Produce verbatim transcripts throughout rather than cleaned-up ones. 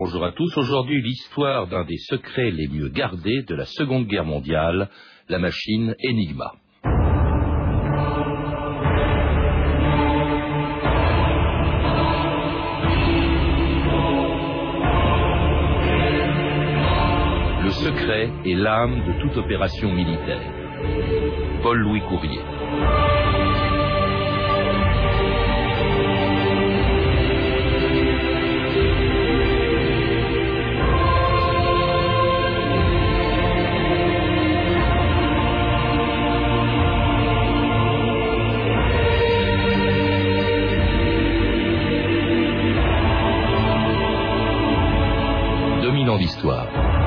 Bonjour à tous. Aujourd'hui, l'histoire d'un des secrets les mieux gardés de la Seconde Guerre mondiale, la machine Enigma. Le secret est l'âme de toute opération militaire. Paul-Louis Courrier. deux mille ans d'histoire.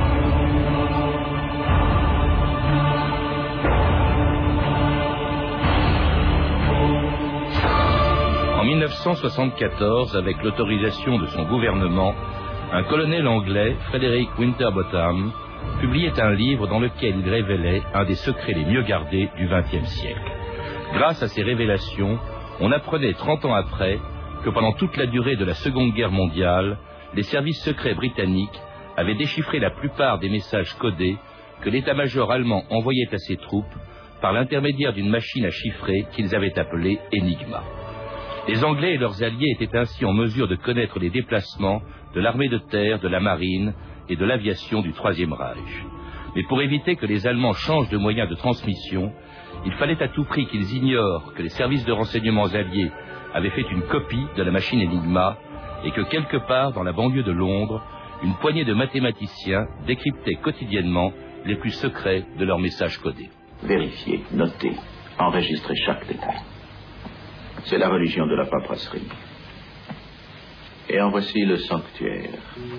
En mille neuf cent soixante-quatorze, avec l'autorisation de son gouvernement, un colonel anglais, Frederick Winterbottom, publiait un livre dans lequel il révélait un des secrets les mieux gardés du vingtième siècle. Grâce à ces révélations, on apprenait trente ans après que pendant toute la durée de la Seconde Guerre mondiale, les services secrets britanniques avaient déchiffré la plupart des messages codés que l'état-major allemand envoyait à ses troupes par l'intermédiaire d'une machine à chiffrer qu'ils avaient appelée Enigma. Les Anglais et leurs alliés étaient ainsi en mesure de connaître les déplacements de l'armée de terre, de la marine et de l'aviation du Troisième Reich. Mais pour éviter que les Allemands changent de moyen de transmission, il fallait à tout prix qu'ils ignorent que les services de renseignements alliés avaient fait une copie de la machine Enigma et que quelque part dans la banlieue de Londres, une poignée de mathématiciens décryptaient quotidiennement les plus secrets de leurs messages codés. Vérifier, noter, enregistrer chaque détail. C'est la religion de la paperasserie. Et en voici le sanctuaire.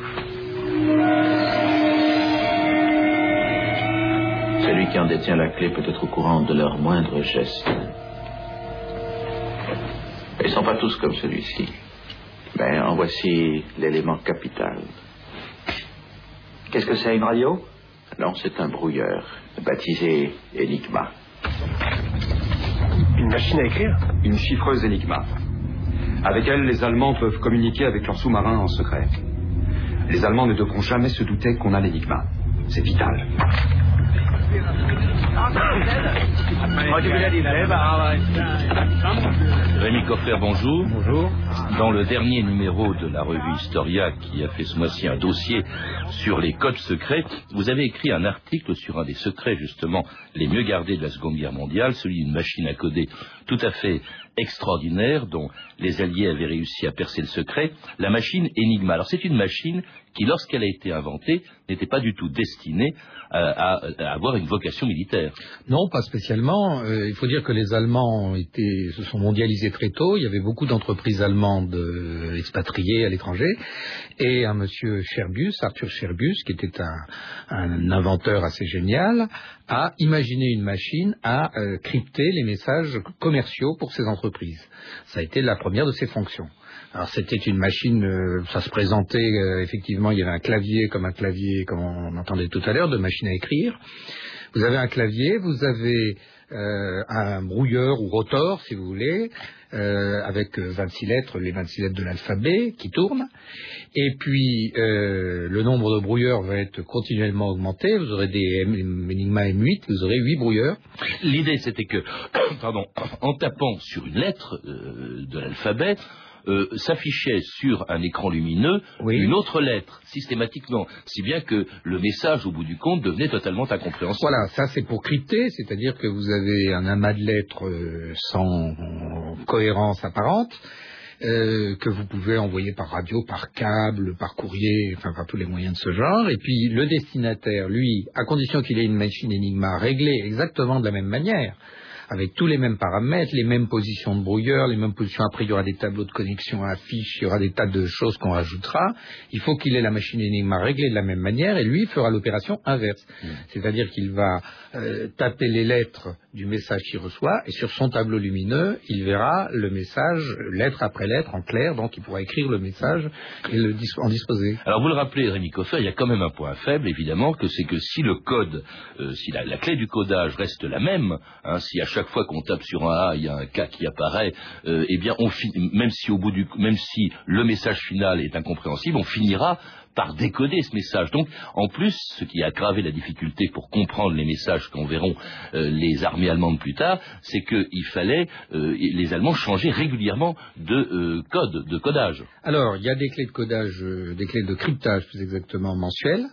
Celui qui en détient la clé peut être au courant de leurs moindres gestes. Ils ne sont pas tous comme celui-ci. Mais en voici l'élément capital. Qu'est-ce que c'est, une radio? Non, c'est un brouilleur, baptisé Enigma. Une machine à écrire? Une chiffreuse Enigma. Avec elle, les Allemands peuvent communiquer avec leurs sous-marins en secret. Les Allemands ne devront jamais se douter qu'on a l'Enigma. C'est vital. Rémi Coffer, bonjour. Bonjour. Dans le dernier numéro de la revue Historia, qui a fait ce mois-ci un dossier sur les codes secrets, vous avez écrit un article sur un des secrets, justement, les mieux gardés de la Seconde Guerre mondiale, celui d'une machine à coder tout à fait extraordinaire, dont les Alliés avaient réussi à percer le secret, la machine Enigma. Alors c'est une machine qui, lorsqu'elle a été inventée, n'était pas du tout destinée à, à, à avoir une vocation militaire. Non, pas spécialement. Euh, il faut dire que les Allemands ont été, se sont mondialisés très tôt. Il y avait beaucoup d'entreprises allemandes euh, expatriées à l'étranger. Et un monsieur Schergus, Arthur Schergus, qui était un, un inventeur assez génial, a imaginé une machine à euh, crypter les messages commerciaux pour ces entreprises. Ça a été la première de ses fonctions. Alors c'était une machine, euh, ça se présentait, euh, effectivement, il y avait un clavier comme un clavier, comme on entendait tout à l'heure, de machine à écrire. Vous avez un clavier, vous avez euh, un brouilleur ou rotor, si vous voulez, euh, avec vingt-six lettres, les vingt-six lettres de l'alphabet qui tournent. Et puis, euh, le nombre de brouilleurs va être continuellement augmenté. Vous aurez des Enigma M huit, vous aurez huit brouilleurs. L'idée, c'était que, pardon, en tapant sur une lettre euh, de l'alphabet, Euh, s'affichait sur un écran lumineux oui. une autre lettre, systématiquement, si bien que le message, au bout du compte, devenait totalement incompréhensible. Voilà, ça c'est pour crypter, c'est-à-dire que vous avez un amas de lettres euh, sans cohérence apparente, euh, que vous pouvez envoyer par radio, par câble, par courrier, enfin par tous les moyens de ce genre, et puis le destinataire, lui, à condition qu'il ait une machine Enigma réglée exactement de la même manière, avec tous les mêmes paramètres, les mêmes positions de brouilleur, les mêmes positions. Après, il y aura des tableaux de connexion à affiches, il y aura des tas de choses qu'on rajoutera. Il faut qu'il ait la machine Enigma réglée de la même manière et lui fera l'opération inverse. Mmh. C'est-à-dire qu'il va euh, taper les lettres du message qu'il reçoit et sur son tableau lumineux, il verra le message lettre après lettre en clair, donc il pourra écrire le message et le dis- en disposer. Alors vous le rappelez, Rémi Coffer, il y a quand même un point faible, évidemment, que c'est que si le code, euh, si la, la clé du codage reste la même, hein, si à chaque fois qu'on tape sur un A, il y a un K qui apparaît, euh, eh bien, on fi- même si au bout du, même si le message final est incompréhensible, on finira par décoder ce message. Donc, en plus, ce qui a aggravé la difficulté pour comprendre les messages qu'enverront euh, les armées allemandes plus tard, c'est qu'il fallait, euh, les Allemands, changer régulièrement de euh, code, de codage. Alors, il y a des clés de codage, euh, des clés de cryptage plus exactement mensuelles.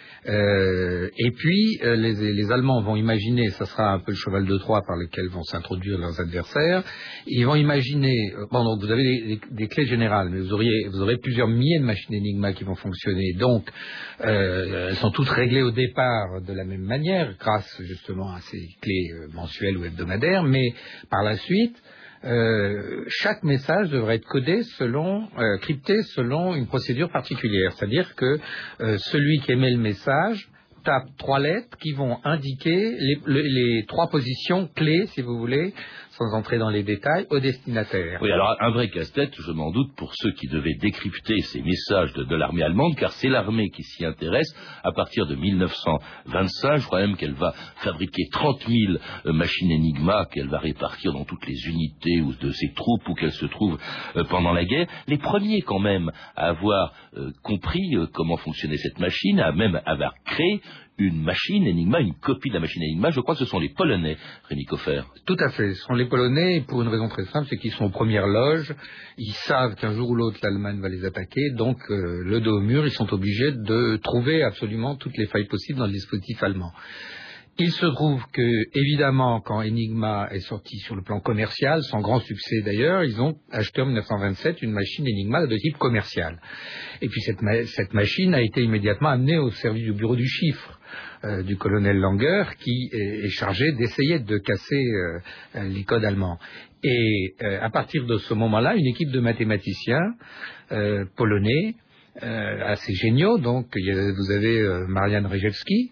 Euh, et puis euh, les, les Allemands vont imaginer, ça sera un peu le cheval de Troie par lequel vont s'introduire leurs adversaires, ils vont imaginer, euh, bon donc vous avez des, des, des clés générales, mais vous, auriez, vous aurez plusieurs milliers de machines Enigma qui vont fonctionner, donc euh, elles sont toutes réglées au départ de la même manière, grâce justement à ces clés euh, mensuelles ou hebdomadaires, mais par la suite, Euh, chaque message devrait être codé selon, euh, crypté selon une procédure particulière. C'est-à-dire que euh, celui qui émet le message tape trois lettres qui vont indiquer les, les, les trois positions clés, si vous voulez, sans entrer dans les détails, au destinataire. Oui, alors un vrai casse-tête, je m'en doute, pour ceux qui devaient décrypter ces messages de, de l'armée allemande, car c'est l'armée qui s'y intéresse à partir de mille neuf cent vingt-cinq. Je crois même qu'elle va fabriquer trente mille euh, machines Enigma qu'elle va répartir dans toutes les unités ou de ses troupes où qu'elles se trouvent euh, pendant la guerre. Les premiers quand même à avoir euh, compris euh, comment fonctionnait cette machine, à même avoir créé une machine Enigma, une copie de la machine Enigma, je crois que ce sont les Polonais, Rémi Coffer. Tout à fait, ce sont les Polonais, pour une raison très simple, c'est qu'ils sont aux premières loges, ils savent qu'un jour ou l'autre l'Allemagne va les attaquer, donc euh, le dos au mur, ils sont obligés de trouver absolument toutes les failles possibles dans le dispositif allemand. Il se trouve que, évidemment, quand Enigma est sorti sur le plan commercial, sans grand succès d'ailleurs, ils ont acheté en mille neuf cent vingt-sept une machine Enigma de type commercial. Et puis cette, ma- cette machine a été immédiatement amenée au service du bureau du chiffre euh, du colonel Langer, qui est, est chargé d'essayer de casser euh, les codes allemands. Et euh, à partir de ce moment-là, une équipe de mathématiciens euh, polonais, euh, assez géniaux, donc il y a, vous avez euh, Marian Rejewski,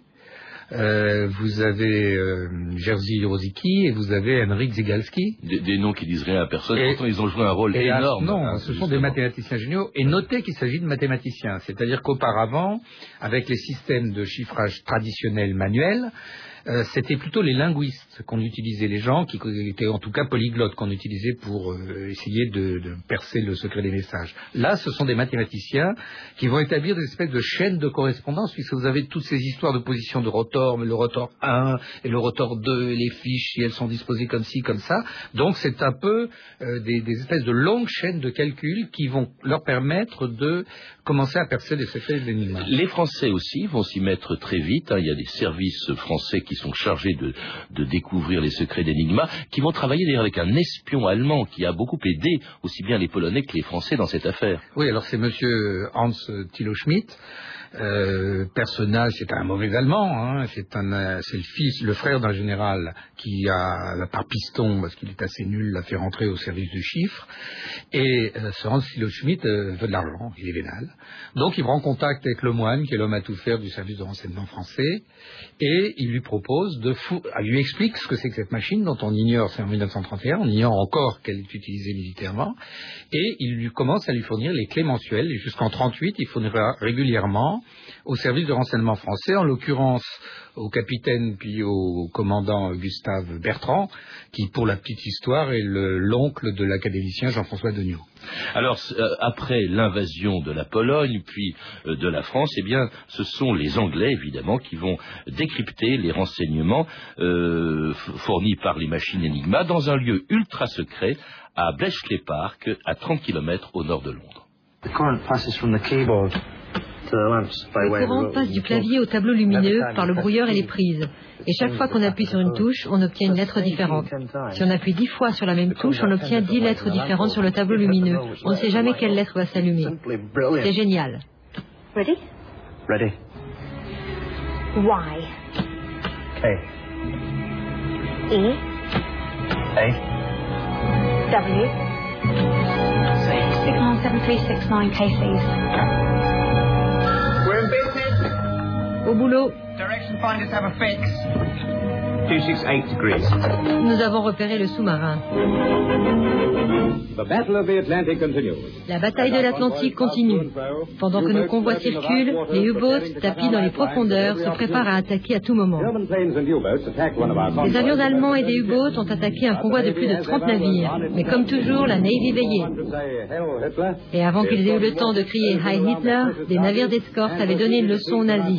Euh, vous avez euh, Jerzy Rosicki et vous avez Henryk Zygalski. Des, des noms qui disent rien à personne, Et, pourtant ils ont joué un rôle et énorme. À, non, hein, ce sont des mathématiciens géniaux. Et notez qu'il s'agit de mathématiciens. C'est-à-dire qu'auparavant, avec les systèmes de chiffrage traditionnels manuels, euh, c'était plutôt les linguistes qu'on utilisait, les gens qui étaient en tout cas polyglottes qu'on utilisait pour euh, essayer de, de percer le secret des messages. Là, ce sont des mathématiciens qui vont établir des espèces de chaînes de correspondance, puisque vous avez toutes ces histoires de position de rotor, le rotor un et le rotor deux, et les fiches, si elles sont disposées comme ci, comme ça. Donc c'est un peu euh, des, des espèces de longues chaînes de calcul qui vont leur permettre de commencer à percer les secrets de l'énigme. Les Français aussi vont s'y mettre très vite, hein. Il y a des services français qui sont chargés de, de découvrir les secrets d'Enigma, qui vont travailler d'ailleurs avec un espion allemand qui a beaucoup aidé aussi bien les Polonais que les Français dans cette affaire. Oui, alors c'est monsieur Hans Thilo Schmidt, euh, personnage, c'est un mauvais Allemand, hein, c'est un, euh, c'est le fils, le frère d'un général qui a, par piston, parce qu'il est assez nul, l'a fait rentrer au service du chiffre, et euh, ce Hans Thilo Schmidt euh, veut de l'argent, il est vénal. Donc il prend contact avec le moine, qui est l'homme à tout faire du service de renseignement français, et il lui propose de fou... il lui explique ce que c'est que cette machine dont on ignore, c'est en mille neuf cent trente et un, on ignore encore qu'elle est utilisée militairement, et il lui commence à lui fournir les clés mensuelles, et jusqu'en trente-huit, il fournira régulièrement au service de renseignement français, en l'occurrence au capitaine puis au commandant Gustave Bertrand, qui, pour la petite histoire, est le, l'oncle de l'académicien Jean-François Degnaud. Alors, euh, après l'invasion de la Pologne, puis euh, de la France, eh bien, ce sont les Anglais, évidemment, qui vont décrypter les renseignements euh, fournis par les machines Enigma dans un lieu ultra secret à Bletchley Park, à trente kilomètres au nord de Londres. The current passes from the keyboard to the lamps by way Le of courant the passe du clavier au tableau lumineux par le brouilleur et les prises. Et chaque fois qu'on appuie sur une touche, on obtient une lettre différente. Si on appuie dix fois sur la même touche, on obtient dix lettres différentes sur le tableau lumineux. On ne sait jamais quelle lettre va s'allumer. C'est génial. Ready? Ready. Y. K. E. A. W. six nine seven three six nine K, please. We're in business. Au boulot. Direction finders have a fix. two sixty-eight degrees. Nous avons repéré le sous-marin. The Battle of the Atlantic continues. La bataille de l'Atlantique continue. Pendant que nos convois circulent, les U-boats, tapis dans les profondeurs, se préparent à attaquer à tout moment. Des avions allemands et des U-boats ont attaqué un convoi de plus de trente navires. Mais comme toujours, la Navy veillait. Et avant qu'ils aient eu le temps de crier « Heil Hitler », des navires d'escorte avaient donné une leçon aux nazis.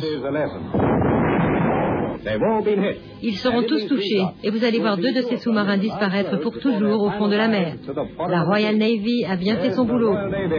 Ils seront tous touchés, et vous allez voir deux de ces sous-marins disparaître pour toujours au fond de la mer. La Royal Navy a bien fait son boulot.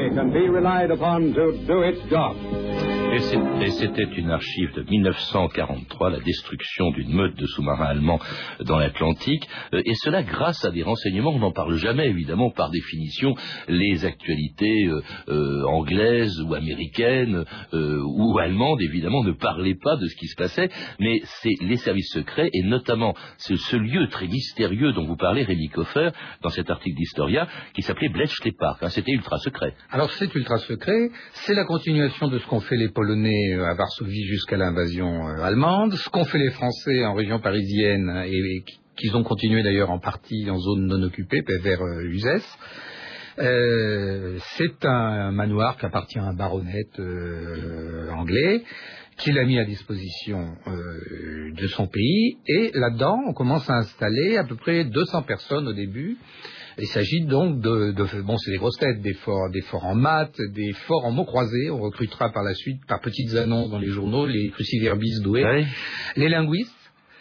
Et c'était une archive de mille neuf cent quarante-trois, la destruction d'une meute de sous-marins allemands dans l'Atlantique, et cela grâce à des renseignements, on n'en parle jamais évidemment, par définition, les actualités euh, euh, anglaises ou américaines euh, ou allemandes évidemment ne parlaient pas de ce qui se passait, mais c'est les services secrets et notamment ce, ce lieu très mystérieux dont vous parlez, Rémi Koffer, dans cet article d'Historia, qui s'appelait Bletchley Park, hein, c'était ultra secret. Alors c'est ultra secret, c'est la continuation de ce qu'ont fait les Polonais à Varsovie jusqu'à l'invasion allemande, ce qu'ont fait les Français en région parisienne et, et qu'ils ont continué d'ailleurs en partie en zone non occupée vers euh, Uzès. Euh, c'est un manoir qui appartient à un baronet euh, anglais qui l'a mis à disposition euh, de son pays, et là-dedans on commence à installer à peu près deux cents personnes au début. Il s'agit donc de, de bon, c'est des grosses têtes, des forts, des forts en maths, des forts en mots croisés. On recrutera par la suite, par petites annonces dans les journaux, les cruciverbistes doués, oui. Les linguistes.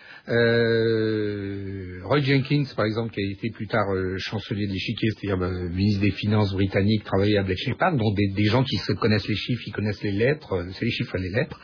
Euh, Roy Jenkins, par exemple, qui a été plus tard euh, chancelier de l'échiquier, c'est-à-dire bah, ministre des Finances britannique, travaillait à Bletchley Park, donc des, des gens qui se connaissent les chiffres, qui connaissent les lettres, euh, c'est les chiffres et les lettres.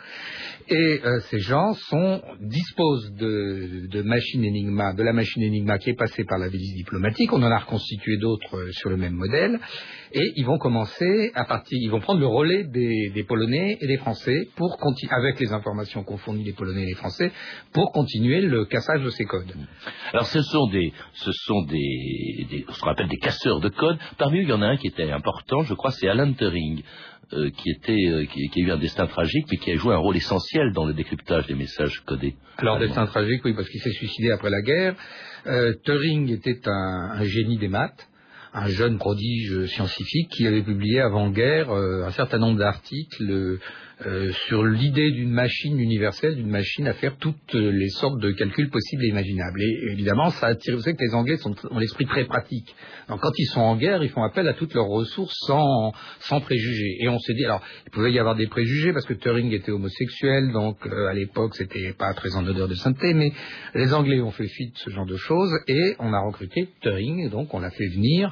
Et euh, ces gens sont, disposent de, de machines Enigma, de la machine Enigma qui est passée par la valise diplomatique. On en a reconstitué d'autres euh, sur le même modèle. Et ils vont commencer à partir, ils vont prendre le relais des, des Polonais et des Français pour continuer, avec les informations qu'ont fournies les Polonais et les Français, pour continuer le cassage de ces codes. Alors ce sont des, ce sont des, des ce qu'on appelle des casseurs de codes. Parmi eux, il y en a un qui était important, je crois, c'est Alan Turing. Euh, qui, était, euh, qui, qui a eu un destin tragique, mais qui a joué un rôle essentiel dans le décryptage des messages codés. Alors, destin tragique, oui, parce qu'il s'est suicidé après la guerre. Euh, Turing était un, un génie des maths, un jeune prodige scientifique qui avait publié avant-guerre euh, un certain nombre d'articles euh, euh, sur l'idée d'une machine universelle, d'une machine à faire toutes les sortes de calculs possibles et imaginables. Et évidemment, ça attire. Vous savez que les Anglais sont, ont l'esprit très pratique. Donc, quand ils sont en guerre, ils font appel à toutes leurs ressources sans, sans préjugés. Et on s'est dit, alors, il pouvait y avoir des préjugés parce que Turing était homosexuel, donc euh, à l'époque, c'était pas très en odeur de sainteté, mais les Anglais ont fait fi de ce genre de choses et on a recruté Turing, et donc on l'a fait venir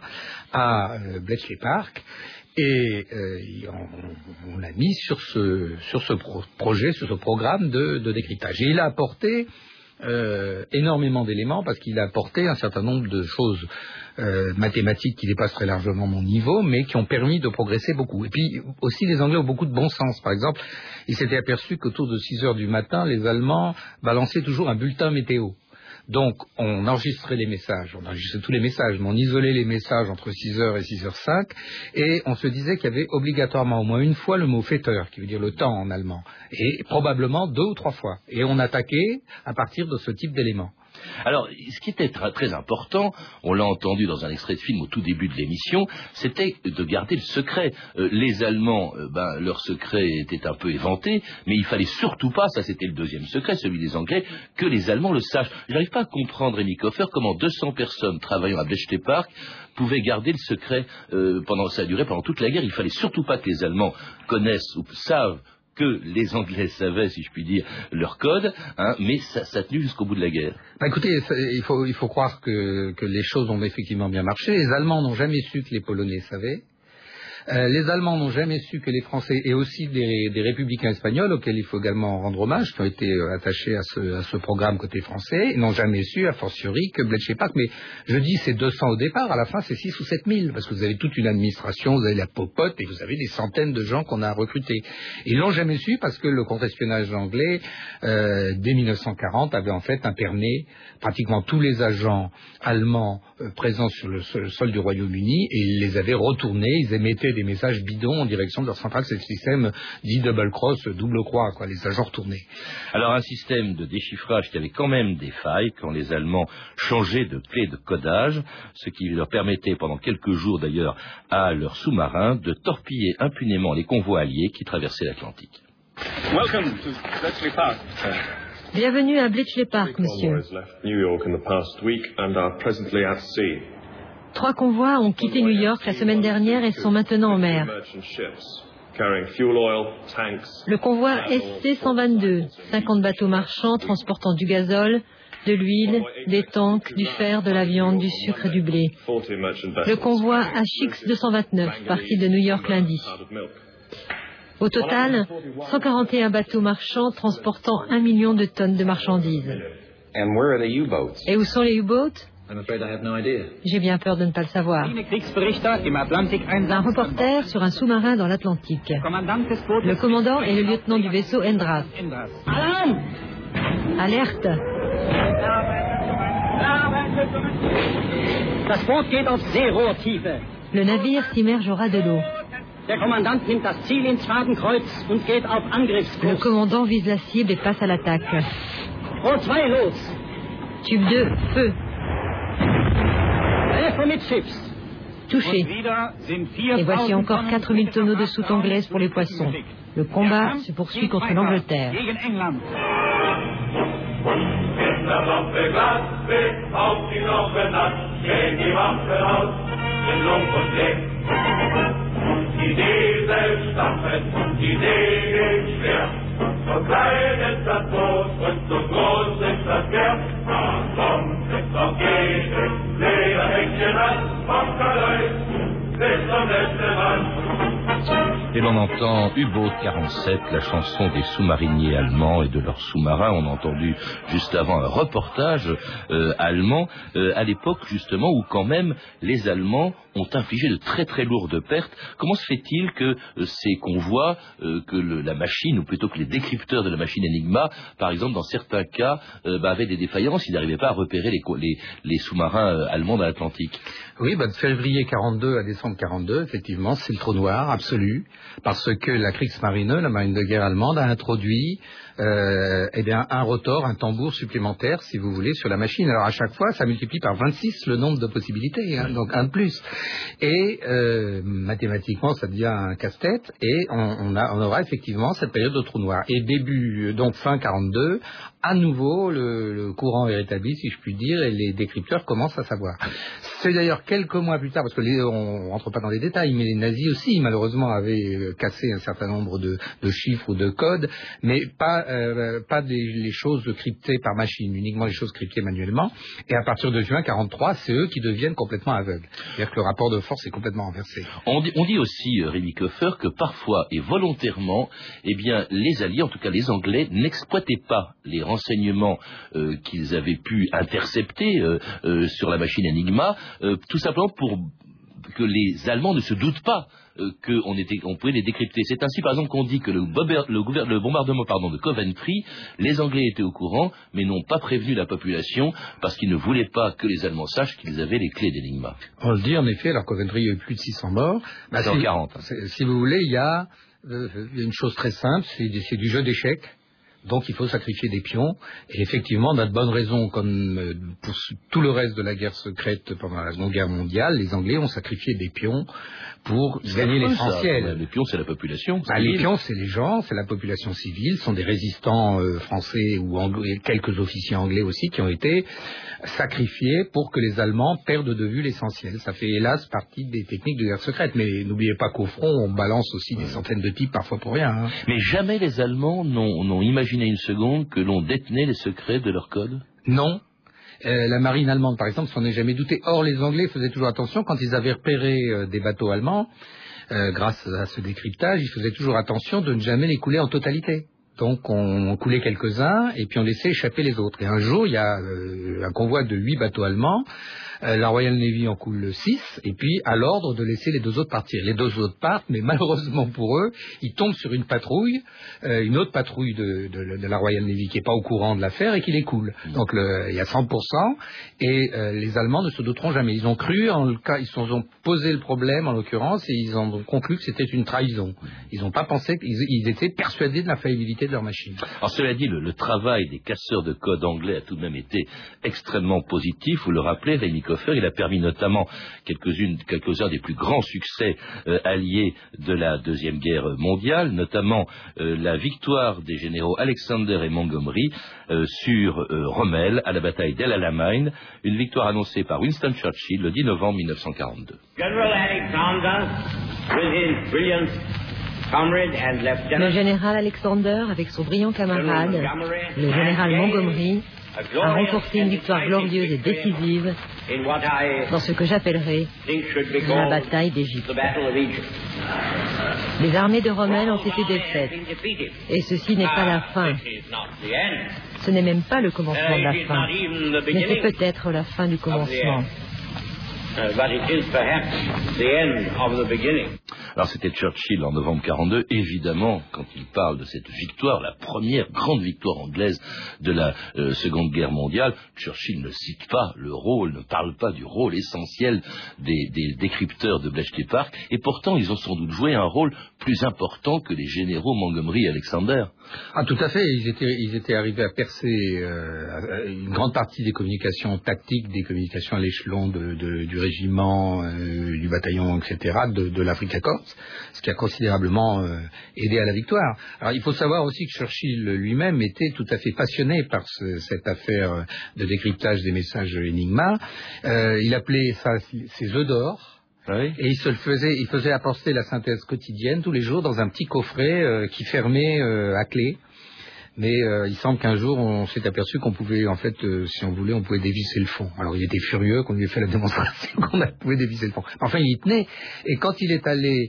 à euh, Bletchley Park. Et euh, on, on l'a mis sur ce, sur ce pro- projet, sur ce programme de, de décryptage. Et il a apporté euh, énormément d'éléments parce qu'il a apporté un certain nombre de choses euh, mathématiques qui dépassent très largement mon niveau, mais qui ont permis de progresser beaucoup. Et puis aussi, les Anglais ont beaucoup de bon sens. Par exemple, ils s'étaient aperçus qu'autour de six heures du matin, les Allemands balançaient toujours un bulletin météo. Donc, on enregistrait les messages, on enregistrait tous les messages, mais on isolait les messages entre six heures et six heures cinq, et on se disait qu'il y avait obligatoirement au moins une fois le mot Vetter, qui veut dire le temps en allemand, et probablement deux ou trois fois. Et on attaquait à partir de ce type d'éléments. Alors, ce qui était très, très important, on l'a entendu dans un extrait de film au tout début de l'émission, c'était de garder le secret. Euh, les Allemands, euh, ben, leur secret était un peu éventé, mais il fallait surtout pas, ça c'était le deuxième secret, celui des Anglais, que les Allemands le sachent. Je n'arrive pas à comprendre, Rémi Koffer, comment deux cents personnes travaillant à Bletchley Park pouvaient garder le secret euh, pendant, ça a duré pendant toute la guerre. Il fallait surtout pas que les Allemands connaissent ou savent que les Anglais savaient, si je puis dire, leur code, hein, mais ça, ça a tenu jusqu'au bout de la guerre. Bah écoutez, il faut, il faut croire que, que les choses ont effectivement bien marché. Les Allemands n'ont jamais su que les Polonais savaient. Euh, les Allemands n'ont jamais su que les Français, et aussi des, des républicains espagnols, auxquels il faut également rendre hommage, qui ont été euh, attachés à ce, à ce programme côté français, n'ont jamais su, a fortiori, que Bletchley Park, mais je dis c'est deux cents au départ, à la fin c'est six ou sept mille, parce que vous avez toute une administration, vous avez la popote, et vous avez des centaines de gens qu'on a recrutés. Ils l'ont jamais su parce que le contre-espionnage anglais, euh, dès mille neuf cent quarante, avait en fait interné pratiquement tous les agents allemands euh, présents sur le sol, le sol du Royaume-Uni, et ils les avaient retournés, ils émettaient envoyaient des messages bidons en direction de leur centrale. C'est le système dit double cross, double croix, quoi, les agents retournés. Alors un système de déchiffrage qui avait quand même des failles quand les Allemands changeaient de clé de codage, ce qui leur permettait pendant quelques jours d'ailleurs à leurs sous-marins de torpiller impunément les convois alliés qui traversaient l'Atlantique. Welcome to Bletchley Park. Bienvenue à Bletchley Park, monsieur. Trois convois ont quitté New York la semaine dernière et sont maintenant en mer. Le convoi S C cent vingt-deux, cinquante bateaux marchands transportant du gazole, de l'huile, des tanks, du fer, de la viande, du sucre et du blé. Le convoi H X deux cent vingt-neuf, parti de New York lundi. Au total, cent quarante et un bateaux marchands transportant un million de tonnes de marchandises. Et où sont les U-boats? J'ai bien peur de ne pas le savoir. Un reporter sur un sous-marin dans l'Atlantique. Le commandant est le lieutenant du vaisseau Endras. Alerte! Le navire s'immerge au ras de l'eau. Le commandant vise la cible et passe à l'attaque. Tube deux, feu. Touché. Et voici encore quatre mille tonneaux de soute anglaise pour les poissons. Le combat se poursuit contre l'Angleterre. Die Segel stampfen, die Segel schwer. So klein ist das Boot und so groß ist das Meer. Da kommt es auf jede Lederhäkchen an, vom Kalei bis zum letzten Mann. Et l'on entend U-Boat quarante-sept, la chanson des sous-mariniers allemands et de leurs sous-marins. On a entendu juste avant un reportage euh, allemand, euh, à l'époque justement où quand même les Allemands ont infligé de très très lourdes pertes. Comment se fait-il que euh, ces convois, euh, que le, la machine, ou plutôt que les décrypteurs de la machine Enigma, par exemple dans certains cas, euh, bah, avaient des défaillances, ils n'arrivaient pas à repérer les, les, les sous-marins euh, allemands dans l'Atlantique? Oui, bah, de février quarante-deux à décembre quarante-deux, effectivement, c'est le trou noir absolu, parce que la Kriegsmarine, la marine de guerre allemande, a introduit euh, eh bien, un rotor, un tambour supplémentaire, si vous voulez, sur la machine. Alors à chaque fois, ça multiplie par vingt-six le nombre de possibilités, hein, donc un de plus. Et euh, mathématiquement, ça devient un casse-tête, et on, on, a, on aura effectivement cette période de trou noir. Et début, donc fin quarante-deux, à nouveau, le, le courant est rétabli, si je puis dire, et les décrypteurs commencent à savoir. C'est d'ailleurs quelques mois plus tard, parce que les, on rentre pas dans les détails, mais les nazis aussi, malheureusement, avaient cassé un certain nombre de, de chiffres ou de codes, mais pas, euh, pas des, les choses cryptées par machine, uniquement les choses cryptées manuellement. Et à partir de juin quarante-trois, c'est eux qui deviennent complètement aveugles. C'est-à-dire que le rapport de force est complètement renversé. On dit, on dit aussi, Rémi Koeffer, que parfois et volontairement, eh bien, les Alliés, en tout cas les Anglais, n'exploitaient pas les renseignements euh, qu'ils avaient pu intercepter euh, euh, sur la machine Enigma, euh, tout simplement pour que les Allemands ne se doutent pas euh, qu'on était, on pouvait les décrypter. C'est ainsi, par exemple, qu'on dit que le, bober, le, gouver, le bombardement pardon, de Coventry, les Anglais étaient au courant, mais n'ont pas prévenu la population parce qu'ils ne voulaient pas que les Allemands sachent qu'ils avaient les clés d'Enigma. On le dit, en effet, alors Coventry, il y a eu plus de six cents morts. Bah, cent quarante. Si, si vous voulez, il y a, euh, il y a une chose très simple, c'est, c'est du jeu d'échecs. Donc il faut sacrifier des pions, et effectivement, on a de bonnes raisons, comme pour tout le reste de la guerre secrète pendant la Seconde Guerre mondiale, les Anglais ont sacrifié des pions pour c'est gagner l'essentiel. Ouais, les pions, c'est la population. Bah, les pions, c'est les gens, c'est la population civile, ce sont des résistants euh, français ou anglais, quelques officiers anglais aussi, qui ont été sacrifiés pour que les Allemands perdent de vue l'essentiel. Ça fait hélas partie des techniques de guerre secrète, mais n'oubliez pas qu'au front, on balance aussi des centaines de types, parfois pour rien. Hein. Mais jamais les Allemands n'ont, n'ont imaginé une seconde que l'on détenait les secrets de leur code? Non. Euh, la marine allemande, par exemple, s'en est jamais douté. Or, les Anglais faisaient toujours attention quand ils avaient repéré euh, des bateaux allemands, euh, grâce à ce décryptage, ils faisaient toujours attention de ne jamais les couler en totalité. Donc on coulait quelques-uns et puis on laissait échapper les autres. Et un jour, il y a euh, un convoi de huit bateaux allemands. Euh, la Royal Navy en coule six, et puis à l'ordre de laisser les deux autres partir. Les deux autres partent, mais malheureusement pour eux, ils tombent sur une patrouille, euh, une autre patrouille de, de, de la Royal Navy qui n'est pas au courant de l'affaire et qui les coule. Mmh. Donc le, il y a cent pour cent, et euh, les Allemands ne se douteront jamais. Ils ont cru, en le cas, ils se sont posé le problème en l'occurrence, et ils ont conclu que c'était une trahison. Ils n'ont pas pensé, qu'ils ils étaient persuadés de la faillibilité de leur machine. Alors cela dit, le, le travail des casseurs de code anglais a tout de même été extrêmement positif. Vous le rappelez, Rémi Coffer, il a permis notamment quelques-unes, quelques-uns des plus grands succès euh, alliés de la Deuxième Guerre mondiale, notamment euh, la victoire des généraux Alexander et Montgomery euh, sur euh, Rommel à la bataille d'El Alamein, une victoire annoncée par Winston Churchill le dix novembre mille neuf cent quarante-deux. General Alexander, with his brilliant comrade and lieutenant, le général Alexander, avec son brillant camarade, le général Montgomery, a remporté une victoire glorieuse et décisive dans ce que j'appellerais la bataille d'Égypte. Les armées de Rommel ont été défaites, et ceci n'est pas la fin. Ce n'est même pas le commencement de la fin, mais c'est peut-être la fin du commencement. Alors c'était Churchill en novembre quarante-deux, évidemment, quand il parle de cette victoire, la première grande victoire anglaise de la euh, Seconde Guerre mondiale, Churchill ne cite pas le rôle, ne parle pas du rôle essentiel des, des décrypteurs de Bletchley Park, et pourtant ils ont sans doute joué un rôle plus important que les généraux Montgomery et Alexander. Ah, tout à fait, ils étaient, ils étaient arrivés à percer euh, une grande partie des communications tactiques, des communications à l'échelon de, de, du régiment, euh, du bataillon, et cetera, de, de l'Africa Corps, ce qui a considérablement euh, aidé à la victoire. Alors il faut savoir aussi que Churchill lui-même était tout à fait passionné par ce, cette affaire de décryptage des messages Enigma. Euh, il appelait ça ses œufs d'or. Ah oui. Et il se le faisait, il faisait apporter la synthèse quotidienne tous les jours dans un petit coffret euh, qui fermait euh, à clé. Mais euh, il semble qu'un jour on s'est aperçu qu'on pouvait, en fait, euh, si on voulait, on pouvait dévisser le fond. Alors il était furieux qu'on lui ait fait la démonstration qu'on pouvait dévisser le fond. Enfin, il y tenait. Et quand il est allé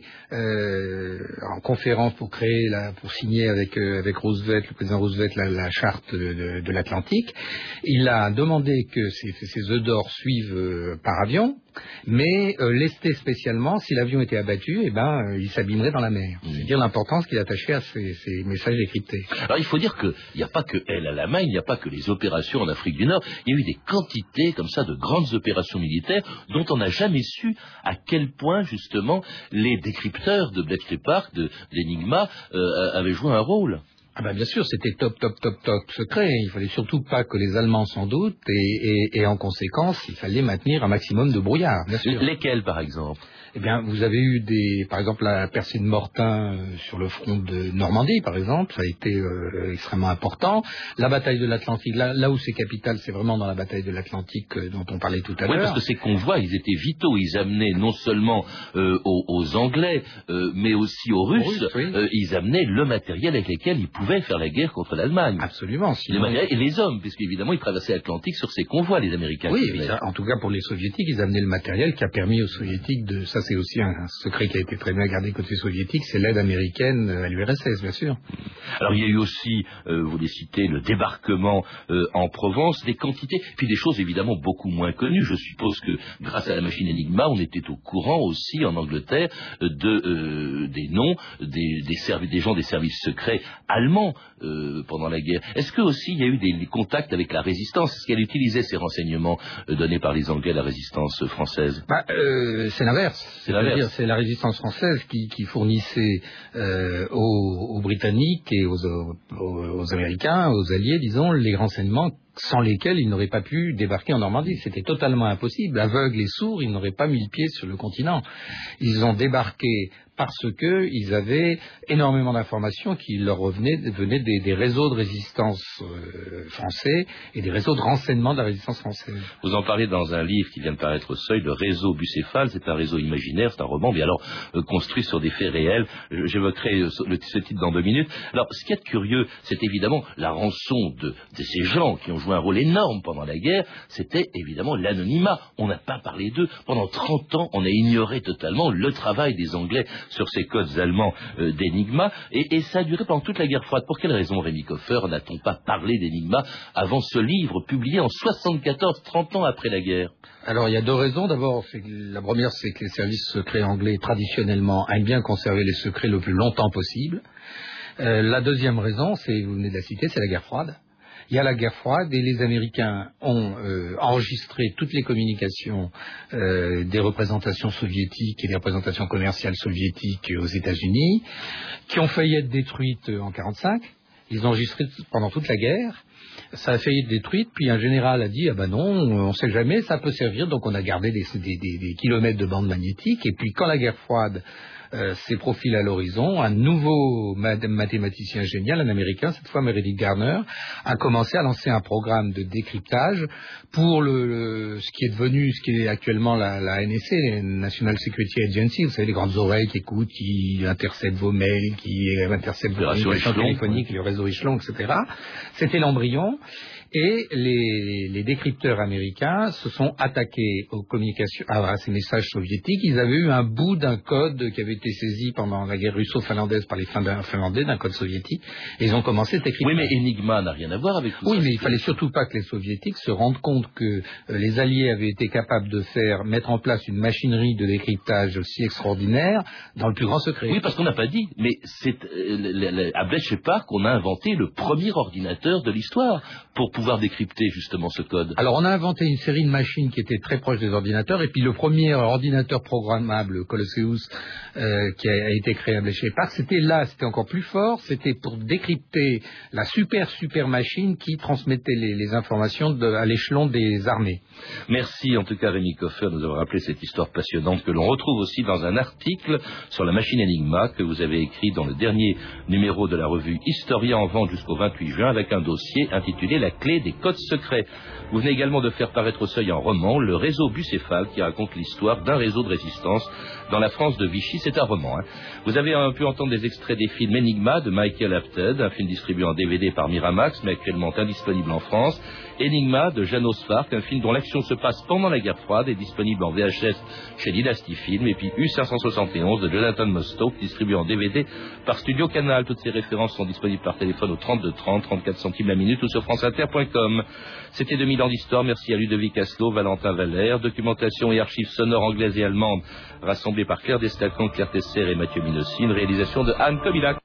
euh, en conférence pour créer, la, pour signer avec euh, avec Roosevelt, le président Roosevelt, la, la charte de, de, de l'Atlantique, il a demandé que ces, ces œufs d'or suivent euh, par avion, mais euh, lestés spécialement, si l'avion était abattu, eh ben, euh, il s'abîmerait dans la mer. Mmh. C'est dire l'importance qu'il attachait à ces, ces messages décryptés. Alors il faut dire qu'il n'y a pas que El Alamein, il n'y a pas que les opérations en Afrique du Nord, il y a eu des quantités comme ça de grandes opérations militaires dont on n'a jamais su à quel point justement les décrypteurs de Bletchley Park, de l'Enigma, euh, avaient joué un rôle. Ah ben bien sûr, c'était top, top, top, top secret. Il fallait surtout pas que les Allemands s'en doutent et, et, et en conséquence, il fallait maintenir un maximum de brouillard. Bien sûr. Lesquels, par exemple? Eh bien, vous avez eu des, par exemple, la percée de Mortain euh, sur le front de Normandie, par exemple, ça a été euh, extrêmement important. La bataille de l'Atlantique, là, là où c'est capital, c'est vraiment dans la bataille de l'Atlantique euh, dont on parlait tout à oui, l'heure. Oui, parce que ces convois, ils étaient vitaux. Ils amenaient non seulement euh, aux, aux Anglais, euh, mais aussi aux Russes. Aux Russes oui. euh, ils amenaient le matériel avec lequel ils pouvaient faire la guerre contre l'Allemagne. Absolument. Les matériels et les hommes, puisqu'évidemment, ils traversaient l'Atlantique sur ces convois, les Américains. Oui, mais en tout cas pour les Soviétiques, ils amenaient le matériel qui a permis aux Soviétiques de... Ça, c'est aussi un, un secret qui a été très bien gardé côté soviétique, c'est l'aide américaine à l'U R S S, bien sûr. Alors il y a eu aussi, euh, vous les citez, le débarquement euh, en Provence, des quantités, puis des choses évidemment beaucoup moins connues. Je suppose que grâce à la machine Enigma, on était au courant aussi en Angleterre euh, de euh, des noms des, des, servi- des gens des services secrets allemands euh, pendant la guerre. Est-ce que aussi il y a eu des, des contacts avec la résistance? Est-ce qu'elle utilisait ces renseignements euh, donnés par les Anglais à la résistance française? Bah, euh, c'est l'inverse. C'est l'inverse. C'est la résistance française qui, qui fournissait euh, aux, aux Britanniques et aux, aux, aux Américains, aux Alliés, disons, les renseignements sans lesquels ils n'auraient pas pu débarquer en Normandie. C'était totalement impossible. Aveugles et sourds, ils n'auraient pas mis le pied sur le continent. Ils ont débarqué parce que ils avaient énormément d'informations qui leur revenaient, venaient des, des réseaux de résistance euh, français et des réseaux de renseignement de la résistance française. Vous en parlez dans un livre qui vient de paraître au Seuil, le réseau bucéphale. C'est un réseau imaginaire, c'est un roman, mais alors euh, construit sur des faits réels. J'évoquerai euh, le, ce titre dans deux minutes. Alors, ce qui est curieux, c'est évidemment la rançon de, de ces gens qui ont joué un rôle énorme pendant la guerre. C'était évidemment l'anonymat. On n'a pas parlé d'eux. Pendant trente ans, on a ignoré totalement le travail des Anglais sur ces codes allemands euh, d'Enigma, et, et ça a duré pendant toute la guerre froide. Pour quelle raison, Rémi Koffer, n'a-t-on pas parlé d'Enigma avant ce livre publié en soixante-quatorze, trente ans après la guerre? Alors il y a deux raisons. D'abord, la première, c'est que les services secrets anglais, traditionnellement, aiment bien conserver les secrets le plus longtemps possible. Euh, la deuxième raison, c'est, vous venez de la citer, c'est la guerre froide. Il y a la guerre froide et les Américains ont euh, enregistré toutes les communications euh, des représentations soviétiques et des représentations commerciales soviétiques aux États-Unis, qui ont failli être détruites en quarante-cinq. Ils ont enregistré pendant toute la guerre. Ça a failli être détruite, puis un général a dit « Ah ben non, on ne sait jamais, ça peut servir », donc on a gardé des, des, des, des kilomètres de bandes magnétiques, et puis quand la guerre froide euh, s'est profilée à l'horizon, un nouveau mathématicien génial, un Américain, cette fois Meredith Garner, a commencé à lancer un programme de décryptage pour le, le, ce qui est devenu, ce qui est actuellement la, la N S A, la National Security Agency, vous savez, les grandes oreilles qui écoutent, qui interceptent vos mails, qui interceptent vos communications téléphoniques, le réseau échelon, et cetera. C'était l'embryon. Et les, les décrypteurs américains se sont attaqués aux communications, à ces messages soviétiques. Ils avaient eu un bout d'un code qui avait été saisi pendant la guerre russo-finlandaise par les Finlandais, d'un code soviétique, et ils ont commencé à décrypter. Oui, mais Enigma n'a rien à voir avec tout oui, ça. Oui, mais il fallait surtout pas que les soviétiques se rendent compte que euh, les Alliés avaient été capables de faire, mettre en place une machinerie de décryptage aussi extraordinaire dans le plus grand secret. Oui, parce qu'on n'a pas dit, mais c'est euh, à Bletchley Park qu'on a inventé le premier ordinateur de l'histoire pour pouvoir pouvoir décrypter justement ce code. Alors on a inventé une série de machines qui étaient très proches des ordinateurs, et puis le premier ordinateur programmable, Colosseus, euh, qui a, a été créé à Bletchley Park, c'était là, c'était encore plus fort, c'était pour décrypter la super super machine qui transmettait les, les informations de, à l'échelon des armées. Merci en tout cas Rémi Koffer de nous avoir rappelé cette histoire passionnante que l'on retrouve aussi dans un article sur la machine Enigma que vous avez écrit dans le dernier numéro de la revue Historia, en vente jusqu'au vingt-huit juin, avec un dossier intitulé La clé des codes secrets. Vous venez également de faire paraître au Seuil un roman, Le réseau bucéphale, qui raconte l'histoire d'un réseau de résistance dans la France de Vichy. C'est un roman. Hein. Vous avez euh, pu entendre des extraits des films Enigma de Michael Apted, un film distribué en D V D par Miramax, mais actuellement indisponible en France. Enigma de Janos Fark, un film dont l'action se passe pendant la guerre froide, est disponible en V H S chez Dynasty Film. Et puis U cinq cent soixante et onze de Jonathan Mostow, distribué en D V D par Studio Canal. Toutes ces références sont disponibles par téléphone au trente-deux trente, trente-quatre centimes la minute ou sur franceinter point com. C'était deux mille ans d'histoire. Merci à Ludovic Asselot, Valentin Valère. Documentation et archives sonores anglaises et allemandes rassemblées par Claire Destacan, Claire Tesser et Mathieu Minossine. Réalisation de Anne Kobilac.